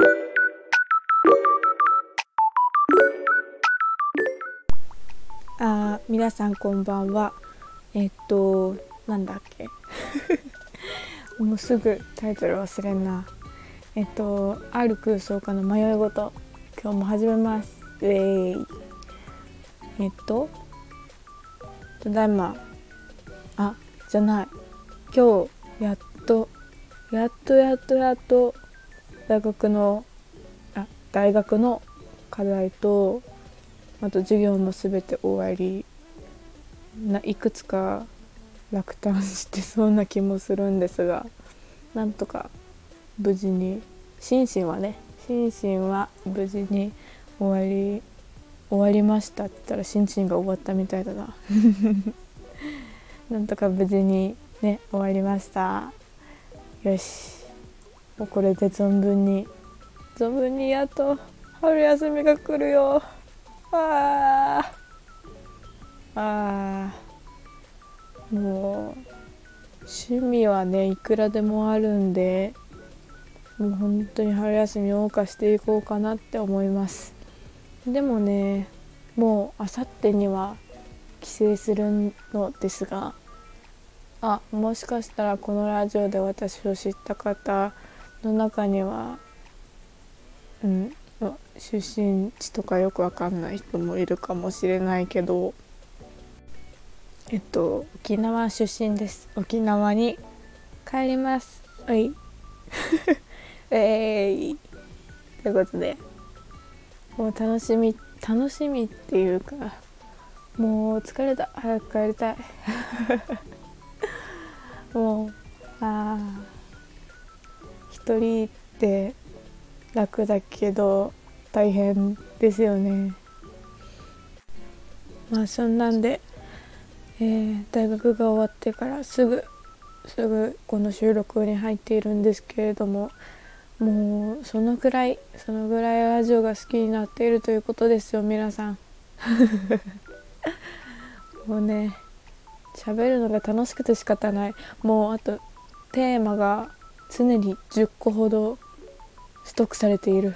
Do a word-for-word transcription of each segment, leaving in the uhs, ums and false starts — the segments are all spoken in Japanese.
あー、皆さんこんばんは。えっとなんだっけもうすぐタイトル忘れんな。えっとある空想家の迷い事、今日も始めます。ウェイ。えっとただいまあじゃない今日やっとやっとやっとやっと大学のあ大学の課題と、あと授業もすべて終わりないくつか落胆してそうな気もするんですが、なんとか無事に心身はね心身は無事に終わり終わりましたって言ったら心身が終わったみたいだななんとか無事にね終わりました。よし、もうこれで存分に存分にやっと春休みが来るよ。あーあーもう趣味はねいくらでもあるんで、もう本当に春休みを謳歌していこうかなって思います。でもね、もうあさってには帰省するのですが、あもしかしたらこのラジオで私を知った方の中には、うん、出身地とかよくわかんない人もいるかもしれないけど、えっと沖縄出身です。沖縄に帰ります。はい。えーいということで、もう楽しみ楽しみっていうか、もう疲れた、早く帰りたいもうあ一人って楽だけど大変ですよね。まあそんなんで、えー、大学が終わってからすぐすぐこの収録に入っているんですけれども、もうそのぐらいそのぐらいラジオが好きになっているということですよ皆さんもうね喋るのが楽しくて仕方ない。もうあとテーマが常にじゅっこほどストックされている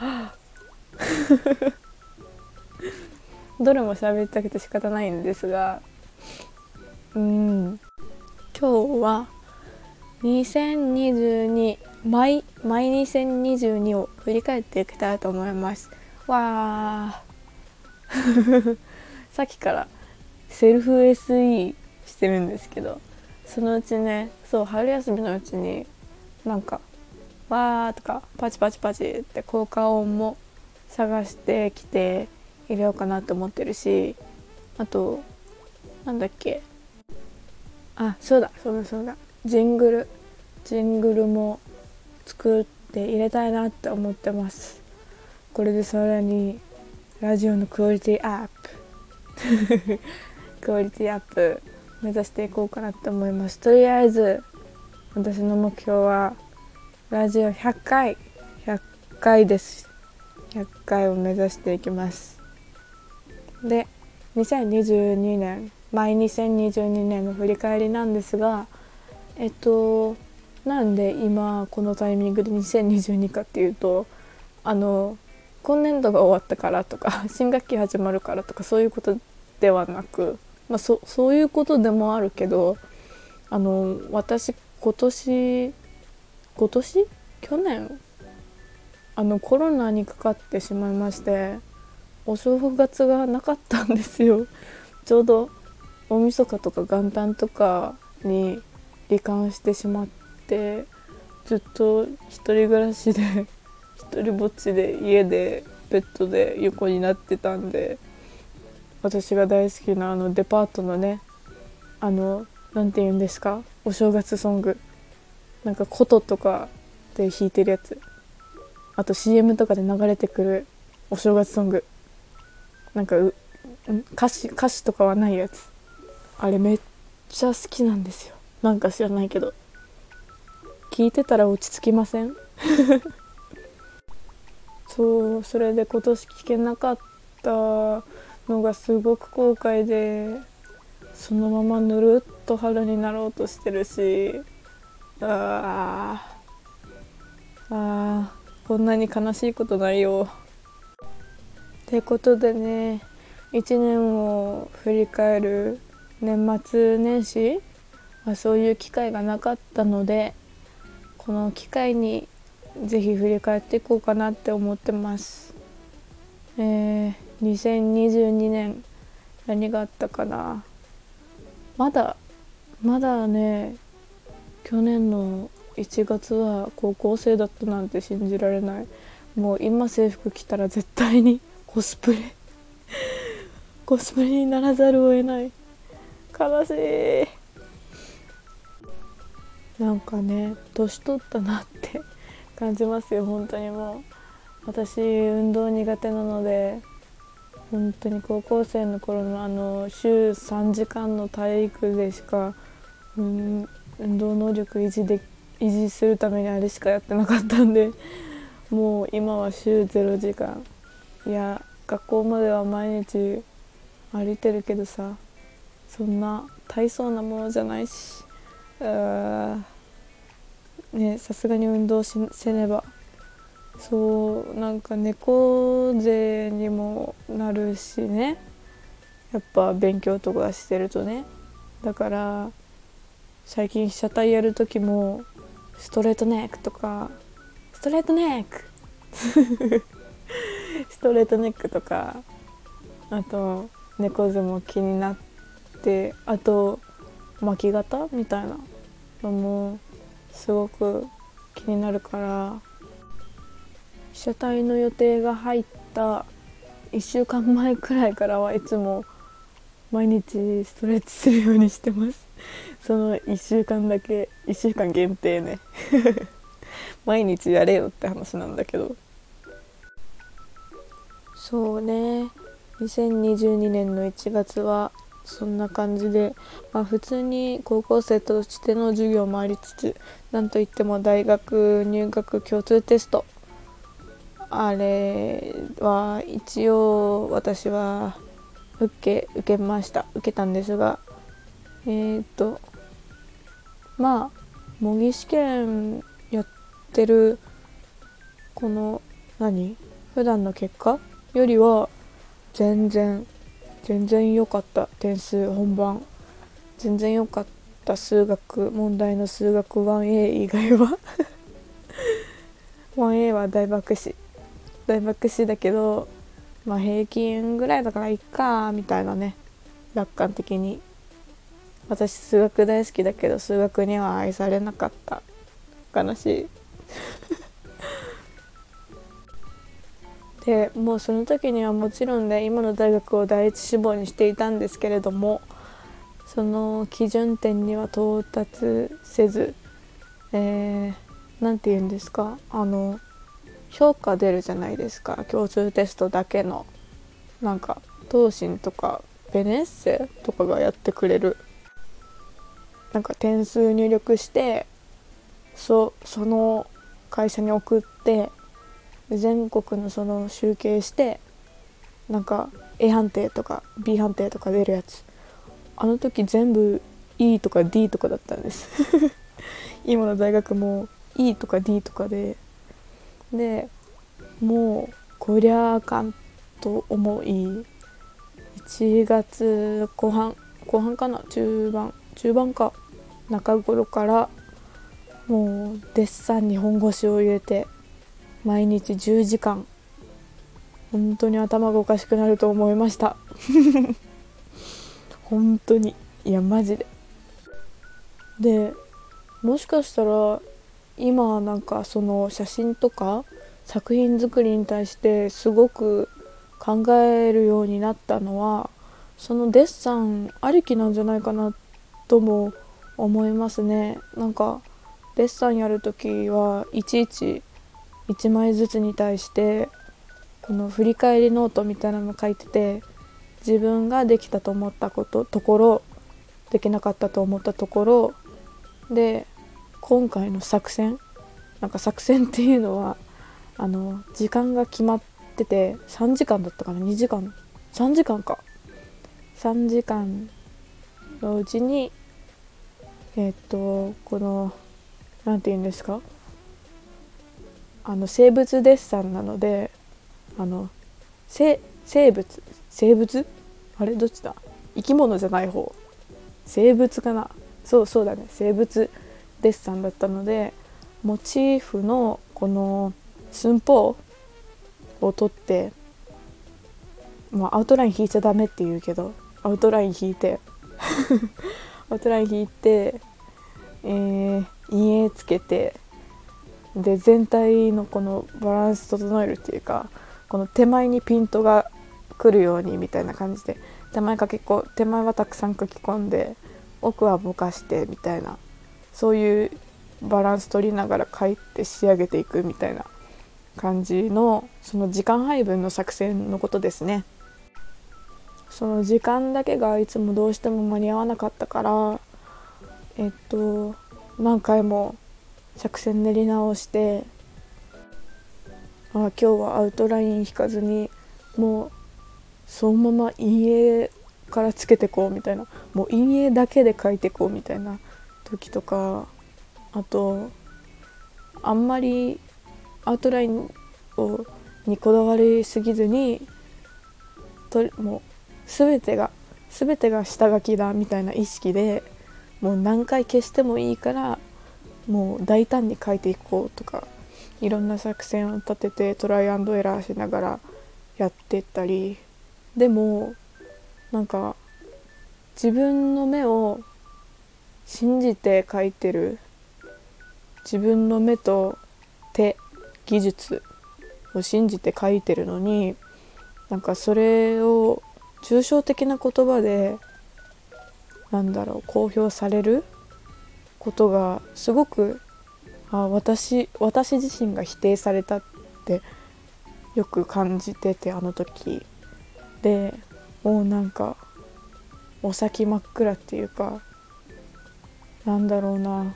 どれも喋りたくて仕方ないんですが、うーん今日はにせんにじゅうにマイマイにせんにじゅうにを振り返っていきたいと思います。わーさっきからセルフ エスイー してるんですけど、そのうちね、そう春休みのうちになんかわーとかパチパチパチって効果音も探してきて入れようかなと思ってるし、あとなんだっけ、あそうだそうだそうだジングルジングルも作って入れたいなって思ってます。これでさらにラジオのクオリティアップクオリティアップ目指していこうかなって思います。とりあえず私の目標はラジオひゃっかいひゃっかいです。ひゃっかいを目指していきます。でにせんにじゅうにねんマイにせんにじゅうにねんの振り返りなんですが、えっとなんで今このタイミングでにせんにじゅうにかっていうと、あの今年度が終わったからとか新学期始まるからとかそういうことではなく、まあ、そ, そういうことでもあるけど、あの私今年今年去年あのコロナにかかってしまいまして、お正月がなかったんですよ。ちょうど大晦日とか元旦とかに罹患してしまって、ずっと一人暮らしで一人ぼっちで家でベッドで横になってたんで、私が大好きなあのデパートのね、あのなんて言うんですか、お正月ソング、なんか琴とかで弾いてるやつ、あと シーエム とかで流れてくるお正月ソング、なんかう歌詞歌詞とかはないやつ、あれめっちゃ好きなんですよ。なんか知らないけど聞いてたら落ち着きませんそう、それで今年聞けなかったのがすごく後悔で、そのままぬるっと春になろうとしてるし、あーあこんなに悲しいことないよ。ってことでね、いちねんを振り返る年末年始はそういう機会がなかったので、この機会にぜひ振り返っていこうかなって思ってます。えー、にせんにじゅうにねん何があったかな。まだまだね、去年のいちがつは高校生だったなんて信じられない。もう今制服着たら絶対にコスプレコスプレにならざるを得ない。悲しい。なんかね、年取ったなって感じますよ。本当にもう私運動苦手なので、本当に高校生の頃のあの週さんじかんの体育でしか、うん、運動能力維持で維持するためにあれしかやってなかったんで、もう今は週ゼロじかん。いや、学校までは毎日歩いてるけどさ、そんな大層なものじゃないし、あね、さすがに運動しせねば。そうなんか猫背にもなるしね、やっぱ勉強とかしてるとね。だから最近被写体やる時もストレートネックとかストレートネックストレートネックとか、あと猫背も気になって、あと巻き肩みたいなのもすごく気になるから、被写体の予定が入ったいっしゅうかんまえくらいからはいつも毎日ストレッチするようにしてます。そのいっしゅうかんだけ、いっしゅうかん限定ね毎日やれよって話なんだけど。そうね、にせんにじゅうにねんのいちがつはそんな感じで、まあ、普通に高校生としての授業もありつつ、なんといっても大学入学共通テスト、あれは一応私は受け受けました受けたんですが、えー、っとまあ模擬試験やってるこの何普段の結果よりは全然全然良かった。点数本番全然良かった。数学問題の数学 ワンエー 以外はワンエー は大爆死大爆死だけど、まあ平均ぐらいだからいっかみたいなね。楽観的に。私数学大好きだけど数学には愛されなかった。悲しいでもうその時にはもちろんね、今の大学を第一志望にしていたんですけれども、その基準点には到達せず、えー、なんて言うんですか、あの評価出るじゃないですか、共通テストだけの。なんか東進とかベネッセとかがやってくれる、なんか点数入力して、そその会社に送って、全国のその集計して、なんか A 判定とか B 判定とか出るやつ、あの時全部 E とか D とかだったんです今の大学も E とか D とかで、でもうこりゃあかんと思い、いちがつこはん後半かな中盤中盤か中頃からもうデッサンに本腰を入れて毎日じゅうじかん、本当に頭がおかしくなると思いました本当に、いやマジで。でもしかしたら今なんかその写真とか作品作りに対してすごく考えるようになったのは、そのデッサンありきなんじゃないかなとも思いますね。なんかデッサンやるときはいちいちいちまいずつに対してこの振り返りノートみたいなの書いてて、自分ができたと思ったことところ、できなかったと思ったところで、今回の作戦、なんか作戦っていうのはあの時間が決まってて、さんじかんだったかな、にじかんさんじかんかさんじかんのうちにえー、っとこのなんて言うんですか、 あの生物デッサンなので、あの生生物生物あれどっちだ、生き物じゃない方、生物かな、そうそうだね、生物デッサンだったので、モチーフのこの寸法を取って、まあ、アウトライン引いちゃダメって言うけど、アウトライン引いてアウトライン引いて、えー、陰影つけて、で全体のこのバランス整えるっていうか、この手前にピントが来るようにみたいな感じで、手前かけこ手前はたくさん書き込んで、奥はぼかしてみたいな、そういうバランス取りながら書いて仕上げていくみたいな感じの、その時間配分の作戦のことですね。その時間だけがいつもどうしても間に合わなかったから、えっと何回も作戦練り直して、あ、今日はアウトライン引かずにもうそのまま陰影からつけてこうみたいな、もう陰影だけで描いてこうみたいな時とか、あとあんまりアウトラインをにこだわりすぎずに、ともう全てが全てが下書きだみたいな意識で、もう何回消してもいいからもう大胆に書いていこうとか、いろんな作戦を立ててトライアンドエラーしながらやってったり、でもなんか自分の目を信じて書いてる、自分の目と手技術を信じて書いてるのに、なんかそれを抽象的な言葉でなんだろう公表されることがすごく、あ、私私自身が否定されたってよく感じてて、あの時でもうなんかお先真っ暗っていうか、なんだろうな、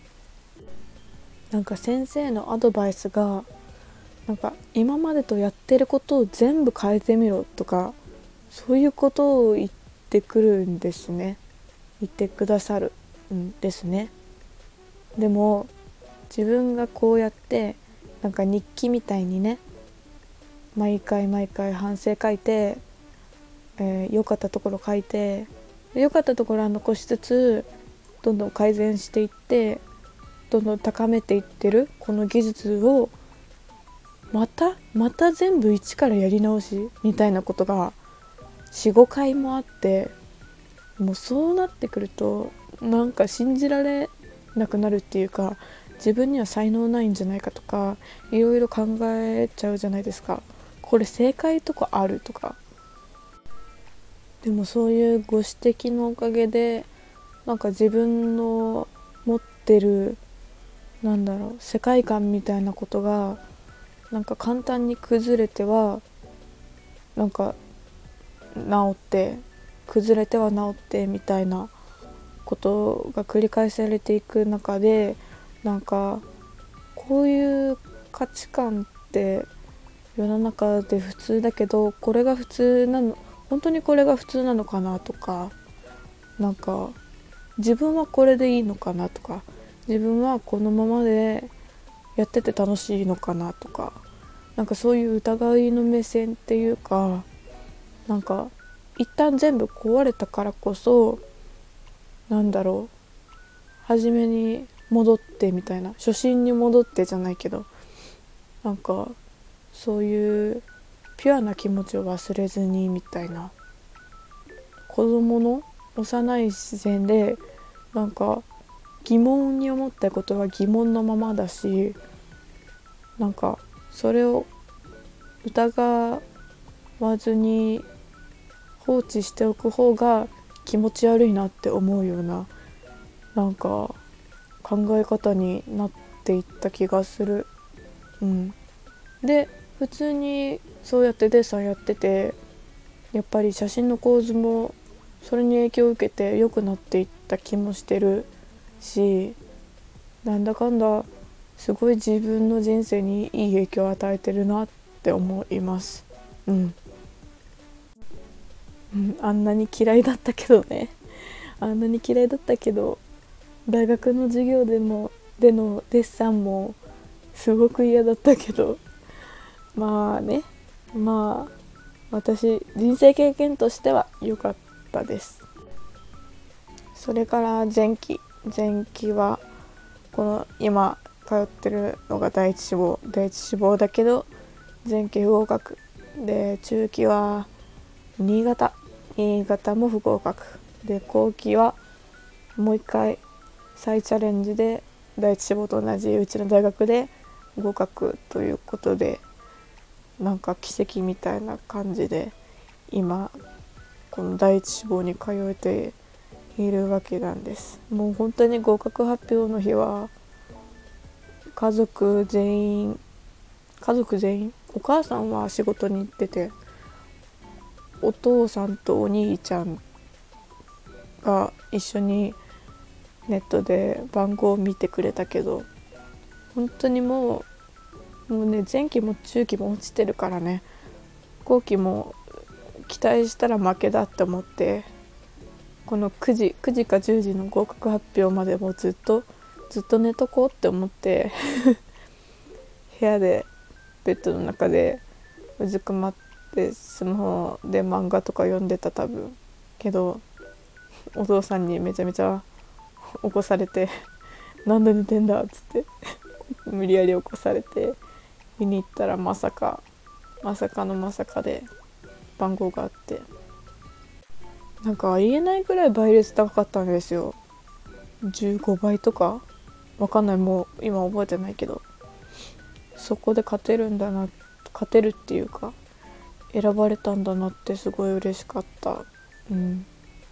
なんか先生のアドバイスがなんか今までとやってることを全部変えてみろとか、そういうことを言ってくるんですね。言ってくださるんですね。でも自分がこうやってなんか日記みたいにね、毎回毎回反省書いて、えー、良かったところ書いて、良かったところは残しつつどんどん改善していって、どんどん高めていってるこの技術をまたまた全部一からやり直しみたいなことが よん,ご 回もあって、もうそうなってくるとなんか信じられなくなるっていうか、自分には才能ないんじゃないかとかいろいろ考えちゃうじゃないですか。これ正解とかあるとか。でもそういうご指摘のおかげでなんか自分の持ってるなんだろう世界観みたいなことがなんか簡単に崩れてはなんか治って崩れては治ってみたいなことが繰り返されていく中で、なんかこういう価値観って世の中で普通だけど、これが普通なの、本当にこれが普通なのかなとか、なんか自分はこれでいいのかなとか、自分はこのままでやってて楽しいのかなとか、なんかそういう疑いの目線っていうか、なんか一旦全部壊れたからこそなんだろう初めに戻ってみたいな、初心に戻ってじゃないけど、なんかそういうピュアな気持ちを忘れずにみたいな、子供の幼い自然でなんか疑問に思ったことは疑問のままだし、なんかそれを疑わずに放置しておく方が気持ち悪いなって思うようななんか考え方になっていった気がする。うん、で普通にそうやってデッサンやってて、やっぱり写真の構図もそれに影響を受けて良くなっていった気もしてるし、なんだかんだすごい自分の人生にいい影響を与えてるなって思います。うん、うん、あんなに嫌いだったけどねあんなに嫌いだったけど大学の授業でもでのデッサンもすごく嫌だったけど、まあね、まあ私人生経験としては良かったです。それから前期前期はこの今通ってるのが第一志望第一志望だけど前期不合格で、中期は新潟新潟も不合格で、後期はもう一回再チャレンジで第一志望と同じうちの大学で合格ということで、なんか奇跡みたいな感じで今この第一志望に通えているわけなんです。もう本当に合格発表の日は家族全員家族全員お母さんは仕事に行ってて、お父さんとお兄ちゃんが一緒にネットで番号を見てくれたけど、本当にもうもうね、前期も中期も落ちてるからね、後期も期待したら負けだって思って、このくじくじかじゅうじの合格発表までもずっとずっと寝とこうって思って部屋でベッドの中でうずくまってスマホで漫画とか読んでた多分けど、お父さんにめちゃめちゃ起こされてなんで寝てんだっつって無理やり起こされて見に行ったら、まさかまさかのまさかで番号があって、なんかありえないくらい倍率高かったんですよ。じゅうごばいとかわかんない、もう今覚えてないけど、そこで勝てるんだな、勝てるっていうか選ばれたんだなってすごい嬉しかった。うん。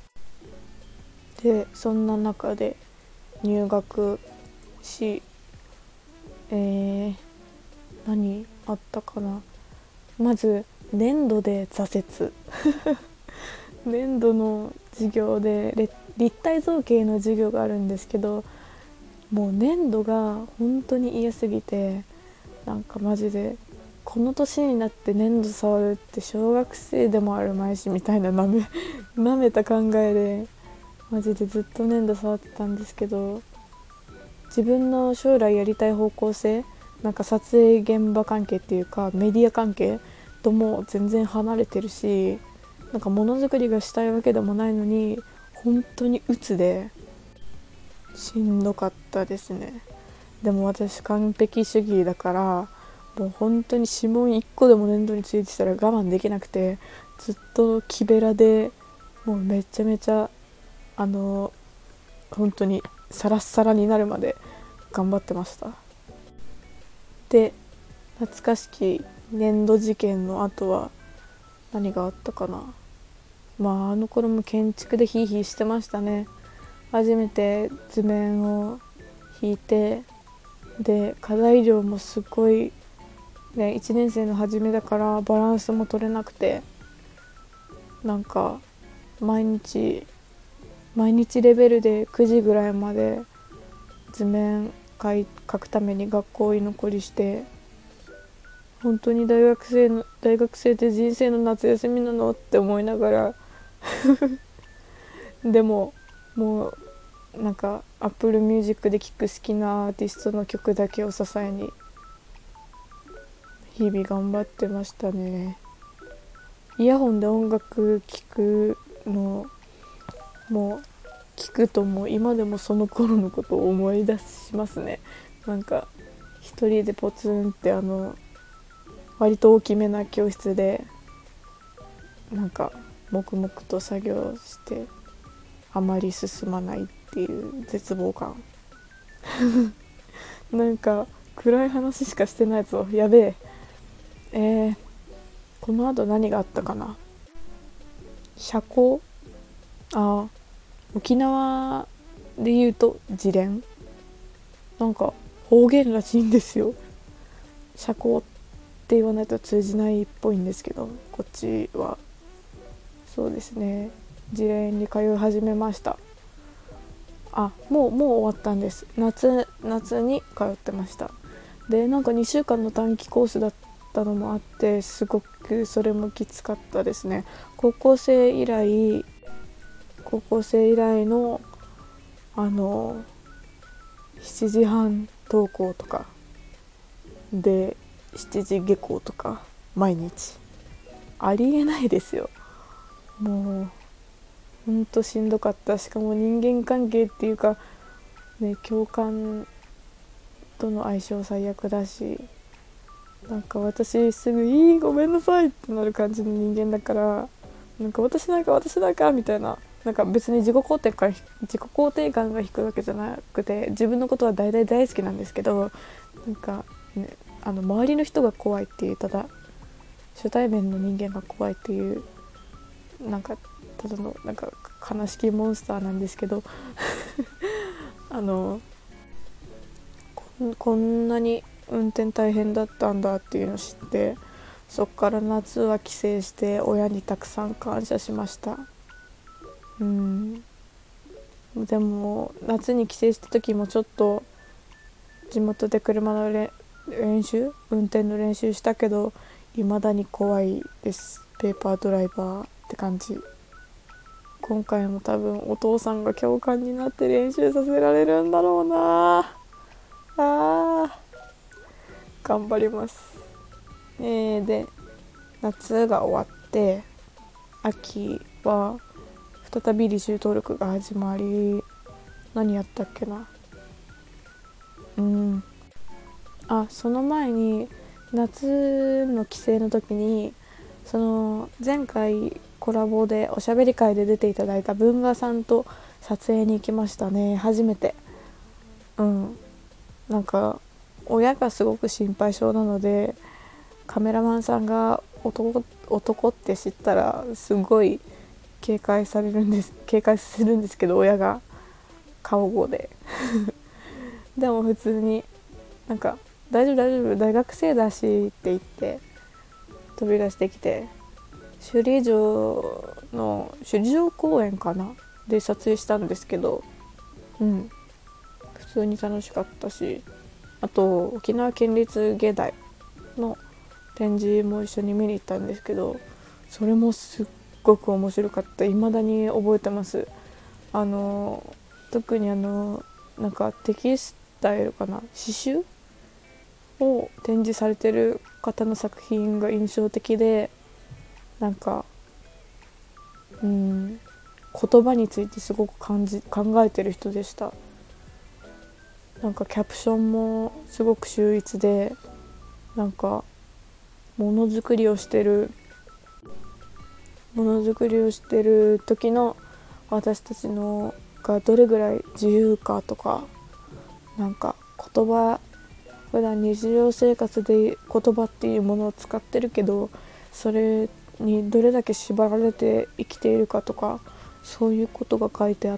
でそんな中で入学し、えー、何あったかな。まず粘土で挫折粘土の授業で立体造形の授業があるんですけど、もう粘土が本当に嫌すぎて、なんかマジでこの年になって粘土触るって小学生でもあるまいしみたいななめなめた考えでマジでずっと粘土触ってたんですけど、自分の将来やりたい方向性、なんか撮影現場関係っていうかメディア関係とも全然離れてるし、なんかものづくりがしたいわけでもないのに本当に鬱でしんどかったですね。でも私完璧主義だから、もう本当に指紋いっこでも粘土についてたら我慢できなくて、ずっと木べらでもうめちゃめちゃあの本当にサラッサラになるまで頑張ってました。で懐かしき粘土事件の後は何があったかな。まああの頃も建築でヒーヒーしてましたね。初めて図面を引いて、で課題量もすごい、ね、いちねん生の初めだからバランスも取れなくて、なんか毎日毎日レベルでくじぐらいまで図面描くために学校居残りして、本当に大学生の大学生って人生の夏休みなのって思いながらでももうなんか Apple Music で聴く好きなアーティストの曲だけを支えに日々頑張ってましたね。イヤホンで音楽聴くのもう聞くともう今でもその頃のことを思い出しますね。なんか一人でポツンってあの割と大きめな教室でなんか黙々と作業してあまり進まないっていう絶望感なんか暗い話しかしてないぞ、やべえ。えー、この後何があったかな。社交、あ、沖縄で言うと自連、なんか方言らしいんですよ。社交って言わないと通じないっぽいんですけど、こっちはそうですね、自連に通い始めました。あ、もうもう終わったんです。夏夏に通ってました。でなんかにしゅうかんの短期コースだったのもあって、すごくそれもきつかったですね。高校生以来高校生以来のあのしちじはん登校とかでしちじ下校とか毎日ありえないですよ。もうほんとしんどかった。しかも人間関係っていうかね、教官との相性最悪だし、なんか私すぐいいごめんなさいってなる感じの人間だから、なんか私なんか私なんかみたいな、なんか別に自己肯定感自己肯定感が低いわけじゃなくて、自分のことは大体大好きなんですけど、なんか、ね、あの周りの人が怖いっていう、ただ初対面の人間が怖いっていう、なんかただのなんか悲しきモンスターなんですけどあのこん、こんなに運転大変だったんだっていうのを知って、そっから夏は帰省して親にたくさん感謝しました。うん、でも夏に帰省した時もちょっと地元で車のれ練習運転の練習したけど、未だに怖いです。ペーパードライバーって感じ。今回も多分お父さんが教官になって練習させられるんだろうなあ。頑張ります。えー、で夏が終わって秋は再び履修登録が始まり、何やったっけな。うんあその前に夏の帰省の時に、その前回コラボでおしゃべり会で出ていただいた文雅さんと撮影に行きましたね、初めて。うんなんか親がすごく心配性なので、カメラマンさんが 男, 男って知ったらすごい警戒されるんです警戒するんですけど、親が過保護ででも普通になんか大丈夫大丈夫大学生だしって言って飛び出してきて、首里城の首里城公園かなで撮影したんですけど、うん普通に楽しかったし、あと沖縄県立芸大の展示も一緒に見に行ったんですけど、それもすっごく面白かった。未だに覚えてます。あの特にあのなんかテキスタイルかな刺繍を展示されてる方の作品が印象的で、なんかうん言葉についてすごく感じ考えてる人でした。なんかキャプションもすごく秀逸で、なんかものづくりをしてるものづくりをしてる時の私たちのがどれぐらい自由かとか、なんか言葉普段日常生活で言葉っていうものを使ってるけど、それにどれだけ縛られて生きているかとか、そういうことが書いてあって、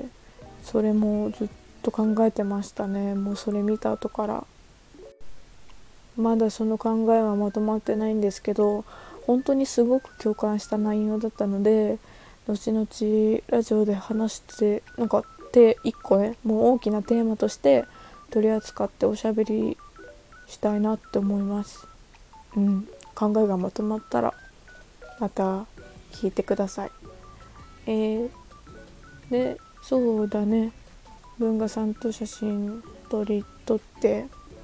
それもずっと考えてましたね。もうそれ見た後から。まだその考えはまとまってないんですけど、本当にすごく共感した内容だったので、後々ラジオで話してなんかて一個ね、もう大きなテーマとして取り扱っておしゃべりしたいなって思います。うん、考えがまとまったらまた聞いてください。えー、でそうだね、文雅さんと写真撮り撮って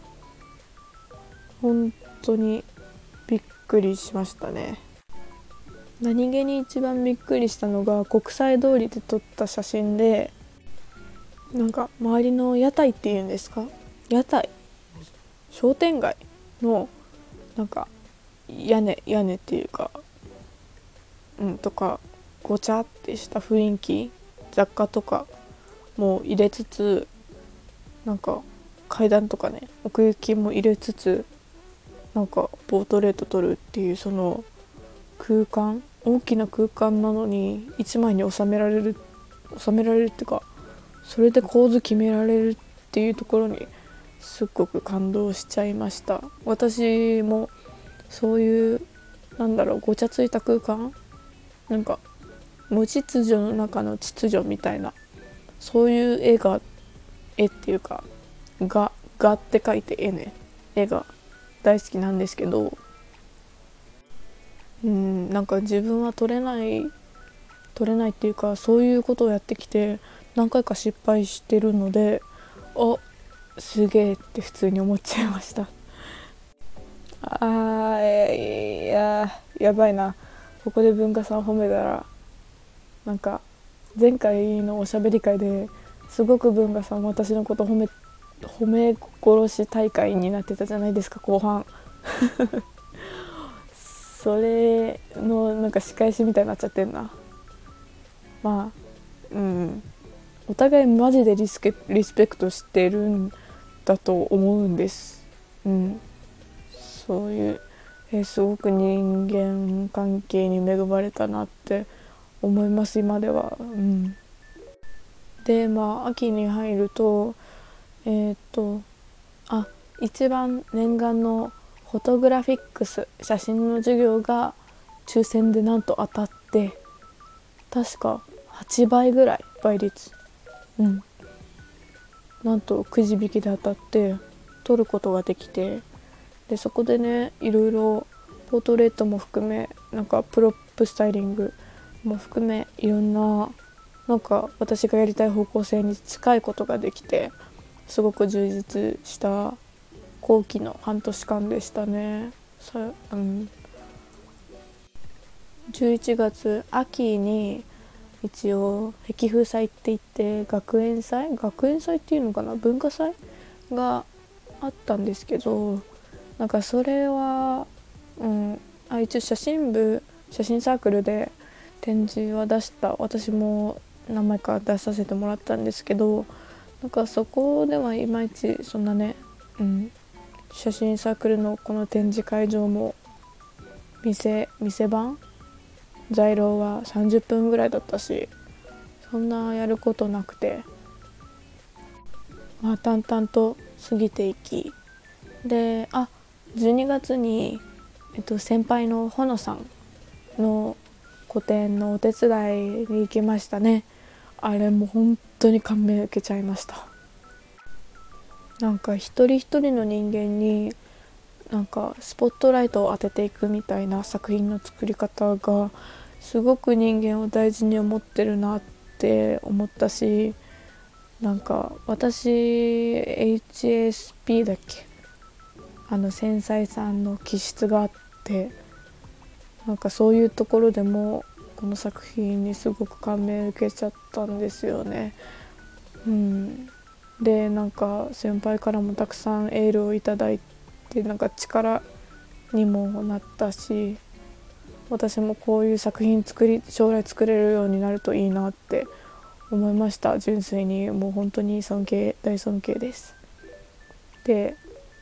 本当にびっくりしましたね。何気に一番びっくりしたのが国際通りで撮った写真で、なんか周りの屋台っていうんですか、屋台商店街のなんか屋根屋根っていうか、うんとかごちゃってした雰囲気、雑貨とかも入れつつ、なんか階段とかね奥行きも入れつつ、なんかポートレート撮るっていう、その空間、大きな空間なのに一枚に収められる収められるっていうか、それで構図決められるっていうところにすっごく感動しちゃいました。私もそういうなんだろう、ごちゃついた空間、なんか無秩序の中の秩序みたいな、そういう絵が絵っていうかががって書いて絵ね、絵が大好きなんですけど、うんなんか自分は撮れない撮れないっていうか、そういうことをやってきて何回か失敗してるので、あすげえって普通に思っちゃいました。 あーいややばいな。ここで文化さん褒めたら、なんか前回のおしゃべり会ですごく文化さん私のこと褒め褒め殺し大会になってたじゃないですか、後半。それのなんか仕返しみたいになっちゃってんな。まあうんお互いマジでリスケリスペクトしてるんだと思うんです。うん、そういう、えーすごく人間関係に恵まれたなって思います今では。うん、でまあ秋に入るとえーっとあ一番念願のフォトグラフィックス写真の授業が抽選でなんと当たって、確かはちばいぐらい倍率、うんなんとくじ引きで当たって取ることができて、でそこでねいろいろポートレートも含めなんかプロップスタイリングも含めいろんななんか私がやりたい方向性に近いことができて、すごく充実した後期の半年間でしたね。さ、うん、じゅういちがつ秋に一応壁風祭って言って学園祭学園祭っていうのかな、文化祭があったんですけど、なんかそれは、うん、あ一応写真部写真サークルで展示は出した、私も何枚か出させてもらったんですけど、なんかそこではいまいちそんなね、うん、写真サークルのこの展示会場も店店番在廊はさんじゅっぷんぐらいだったし、そんなやることなくて、まあ淡々と過ぎていき、であじゅうにがつに、えっと、先輩のほのさんの個展のお手伝いに行きましたね。あれも本当に感銘受けちゃいました。なんか一人一人の人間になんかスポットライトを当てていくみたいな作品の作り方がすごく人間を大事に思ってるなって思ったし、なんか私 エイチエスピー だっけ、あの繊細さんの気質があって、なんかそういうところでもこの作品にすごく感銘受けちゃったんですよね。うん、でなんか先輩からもたくさんエールをいただいて、なんか力にもなったし、私もこういう作品作り将来作れるようになるといいなって思いました。純粋にもう本当に尊敬大尊敬です。で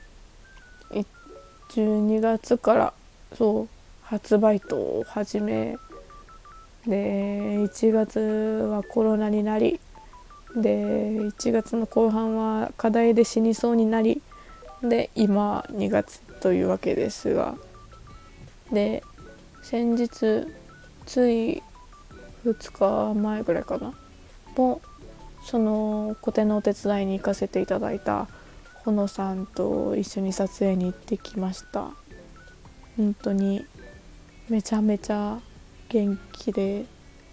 じゅうにがつからそう発売とを始めで、いちがつはコロナになり、でいちがつの後半は課題で死にそうになり、で今にがつというわけですが、で先日ついふつかまえぐらいかなもその個展のお手伝いに行かせていただいたほのさんと一緒に撮影に行ってきました。本当にめちゃめちゃ元気で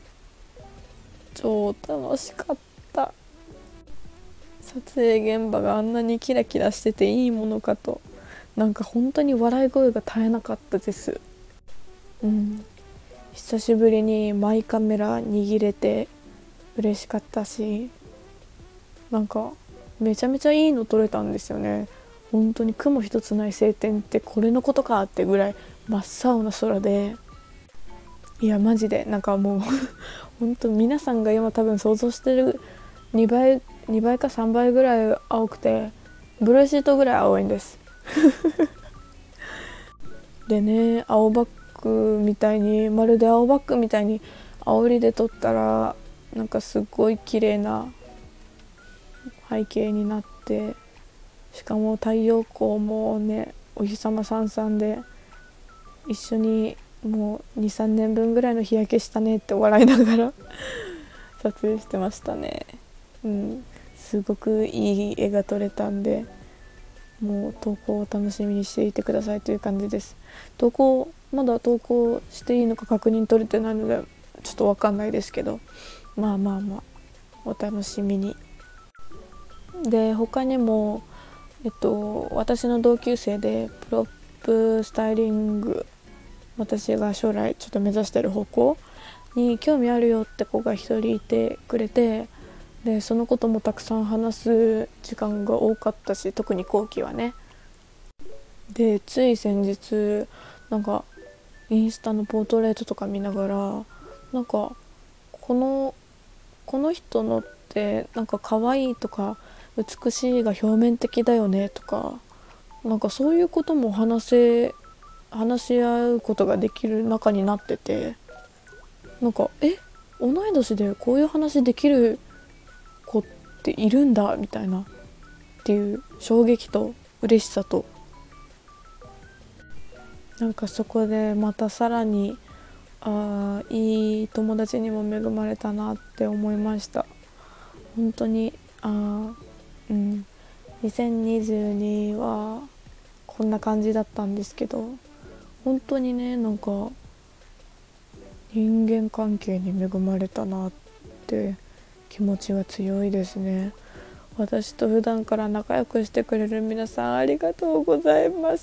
超楽しかった。撮影現場があんなにキラキラしてていいものかと、なんか本当に笑い声が絶えなかったです。うん、久しぶりにマイカメラ握れて嬉しかったし、なんかめちゃめちゃいいの撮れたんですよね。本当に雲一つない晴天ってこれのことかってぐらい真っ青な空で、いやマジでなんかもう本当皆さんが今多分想像してるにばいにばいかさんばいぐらい青くて、ブルーシートぐらい青いんですでね、青バッグみたいにまるで青バッグみたいに煽りで撮ったらなんかすごい綺麗な背景になって、しかも太陽光もねお日様さんさんで一緒にもう にさんねんぶんぐらいの日焼けしたねって笑いながら撮影してましたね。うん、すごくいい絵が撮れたんで、もう投稿を楽しみにしていてくださいという感じです。投稿まだ投稿していいのか確認取れてないのでちょっと分かんないですけど、まあまあまあお楽しみに。で他にもえっと私の同級生でプロプスタイリング、私が将来ちょっと目指してる方向に興味あるよって子が一人いてくれて、でそのこともたくさん話す時間が多かったし、特に後期はね。でつい先日なんかインスタのポートレートとか見ながら、なんかこのこの人のってなんか可愛いとか美しいが表面的だよねとか、なんかそういうことも話せ話し合うことができる仲になってて、なんかえ同い年でこういう話できる子っているんだみたいなっていう衝撃と嬉しさと、なんかそこでまたさらにあいい友達にも恵まれたなって思いました。本当にあうんにせんにじゅうにはこんな感じだったんですけど、本当にね、なんか人間関係に恵まれたなって気持ちが強いですね。私と普段から仲良くしてくれる皆さんありがとうございます。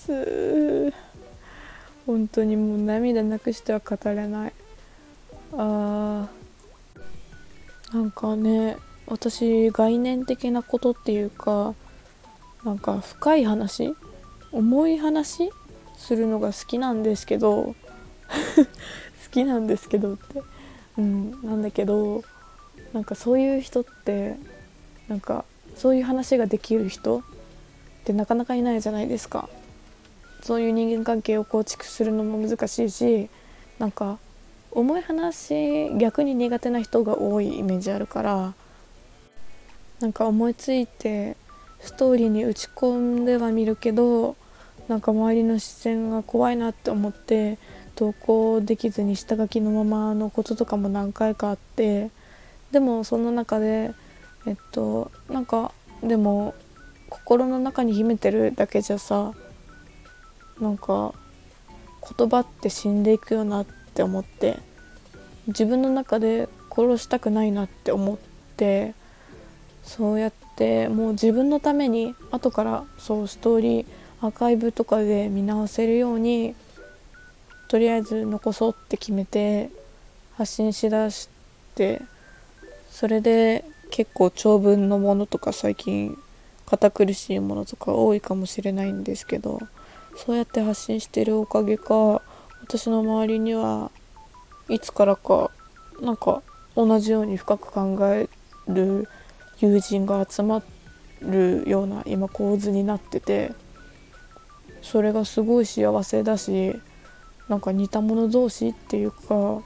本当にもう涙なくしては語れない。あーなんかね、私概念的なことっていうか、なんか深い話、重い話するのが好きなんですけど好きなんですけどってうんなんだけど、なんかそういう人ってなんかそういう話ができる人ってなかなかいないじゃないですか。そういう人間関係を構築するのも難しいし、なんか重い話逆に苦手な人が多いイメージあるから、なんか思いついてストーリーに打ち込んではみるけど、なんか周りの視線が怖いなって思って投稿できずに下書きのままのこととかも何回かあって、でもその中でえっとなんかでも心の中に秘めてるだけじゃさ、なんか言葉って死んでいくよなって思って、自分の中で殺したくないなって思って、そうやってもう自分のために後からそうストーリーアーカイブとかで見直せるようにとりあえず残そうって決めて発信しだして、それで結構長文のものとか最近堅苦しいものとか多いかもしれないんですけど、そうやって発信してるおかげか、私の周りにはいつからかなんか同じように深く考える友人が集まるような今構図になってて、それがすごい幸せだし、なんか似た者同士っていうか落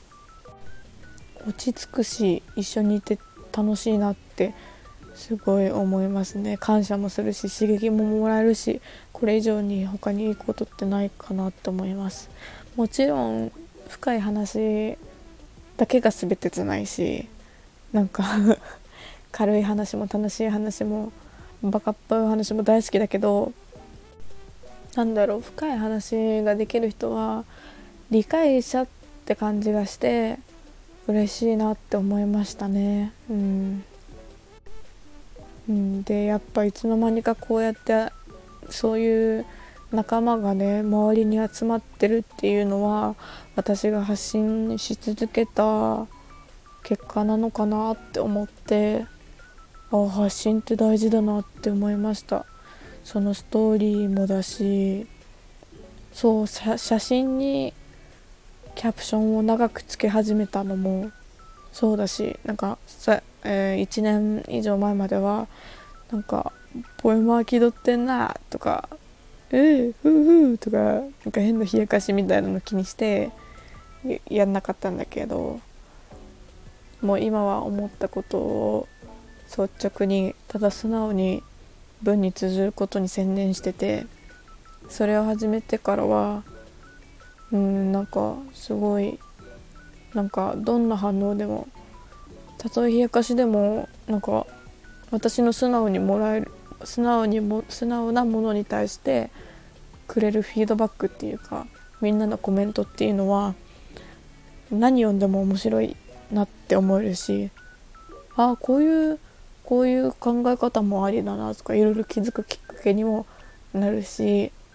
ち着くし、一緒にいて楽しいなってすごい思いますね。感謝もするし刺激ももらえるし、これ以上に他にいいことってないかなって思います。もちろん深い話だけが全てじゃないし、なんか軽い話も楽しい話もバカっぽい話も大好きだけど、なんだろう、深い話ができる人は理解者って感じがして嬉しいなって思いましたね。うん、うん、でやっぱいつの間にかこうやってそういう仲間がね周りに集まってるっていうのは私が発信し続けた結果なのかなって思って、あ、発信って大事だなって思いました。そのストーリーもだし、そう写真にキャプションを長くつけ始めたのもそうだし、なんかさ、えー、いちねん以上前まではなんかポエマー気取ってんなとか、えー、ふうふうとか、なんか変な冷やかしみたいなの気にしてやんなかったんだけど、もう今は思ったことを率直にただ素直に文に綴ることに専念してて、それを始めてからはうんなんかすごい、なんかどんな反応でも、たとえ冷やかしでも、なんか私の素直にもらえる素直にも素直なものに対してくれるフィードバックっていうか、みんなのコメントっていうのは何読んでも面白いなって思えるし、ああこういうこういう考え方もありだなとかいろいろ気づくきっかけにもなるし、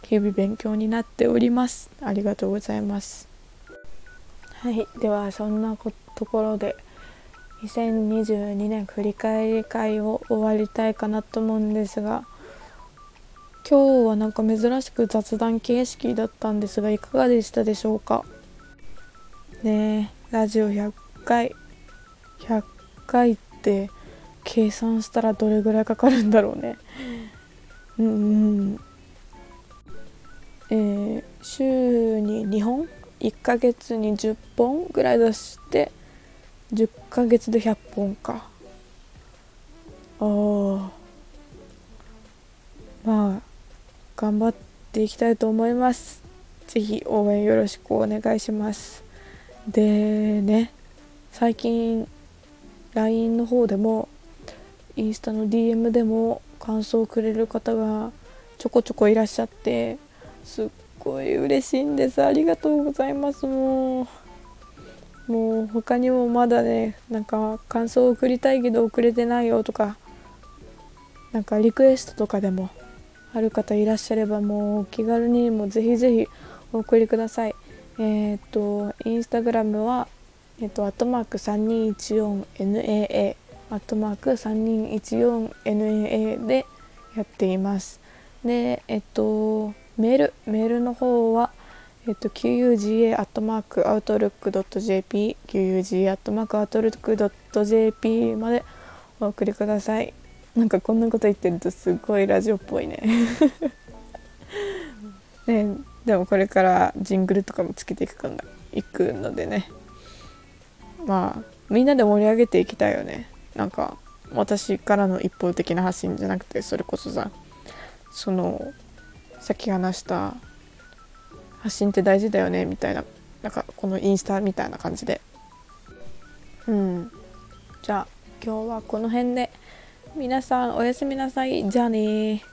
日々勉強になっております。ありがとうございます。はい、ではそんなところでにせんにじゅうにねん振り返り会を終わりたいかなと思うんですが、今日はなんか珍しく雑談形式だったんですが、いかがでしたでしょうかね。えラジオひゃっかいひゃっかいって計算したらどれぐらいかかるんだろうね。うんうんえー、週ににほんいっかげつにじゅっぽんぐらい出してじゅっかげつでひゃっぽんか。あーまあ頑張っていきたいと思います。ぜひ応援よろしくお願いします。でね、最近 ライン の方でもインスタの ディーエム でも感想をくれる方がちょこちょこいらっしゃって、すっごい嬉しいんです。ありがとうございます。もうもう他にもまだね、なんか感想を送りたいけど送れてないよとか、なんかリクエストとかでもある方いらっしゃれば、もうお気軽にもぜひぜひお送りください。えっ、ー、とインスタグラムはえっ、ー、とアットマーク さんにーいちよんエヌエーエー アットマーク さんにーいちよんエヌエーエー でやっています。でえっ、ー、とメールメールの方はえっ、ー、と キューユージーエー アットマークアウトルックドットジェーピー キューユージーエー アットマークアウトルックドットジェーピー までお送りください。なんかこんなこと言ってるとすごいラジオっぽいねね。でもこれからジングルとかもつけていくんだいくのでね、まあみんなで盛り上げていきたいよね。なんか私からの一方的な発信じゃなくて、それこそさ、そのさっき話した発信って大事だよねみたいな、なんかこのインスタみたいな感じで、うんじゃあ今日はこの辺で皆さんおやすみなさい。じゃあね。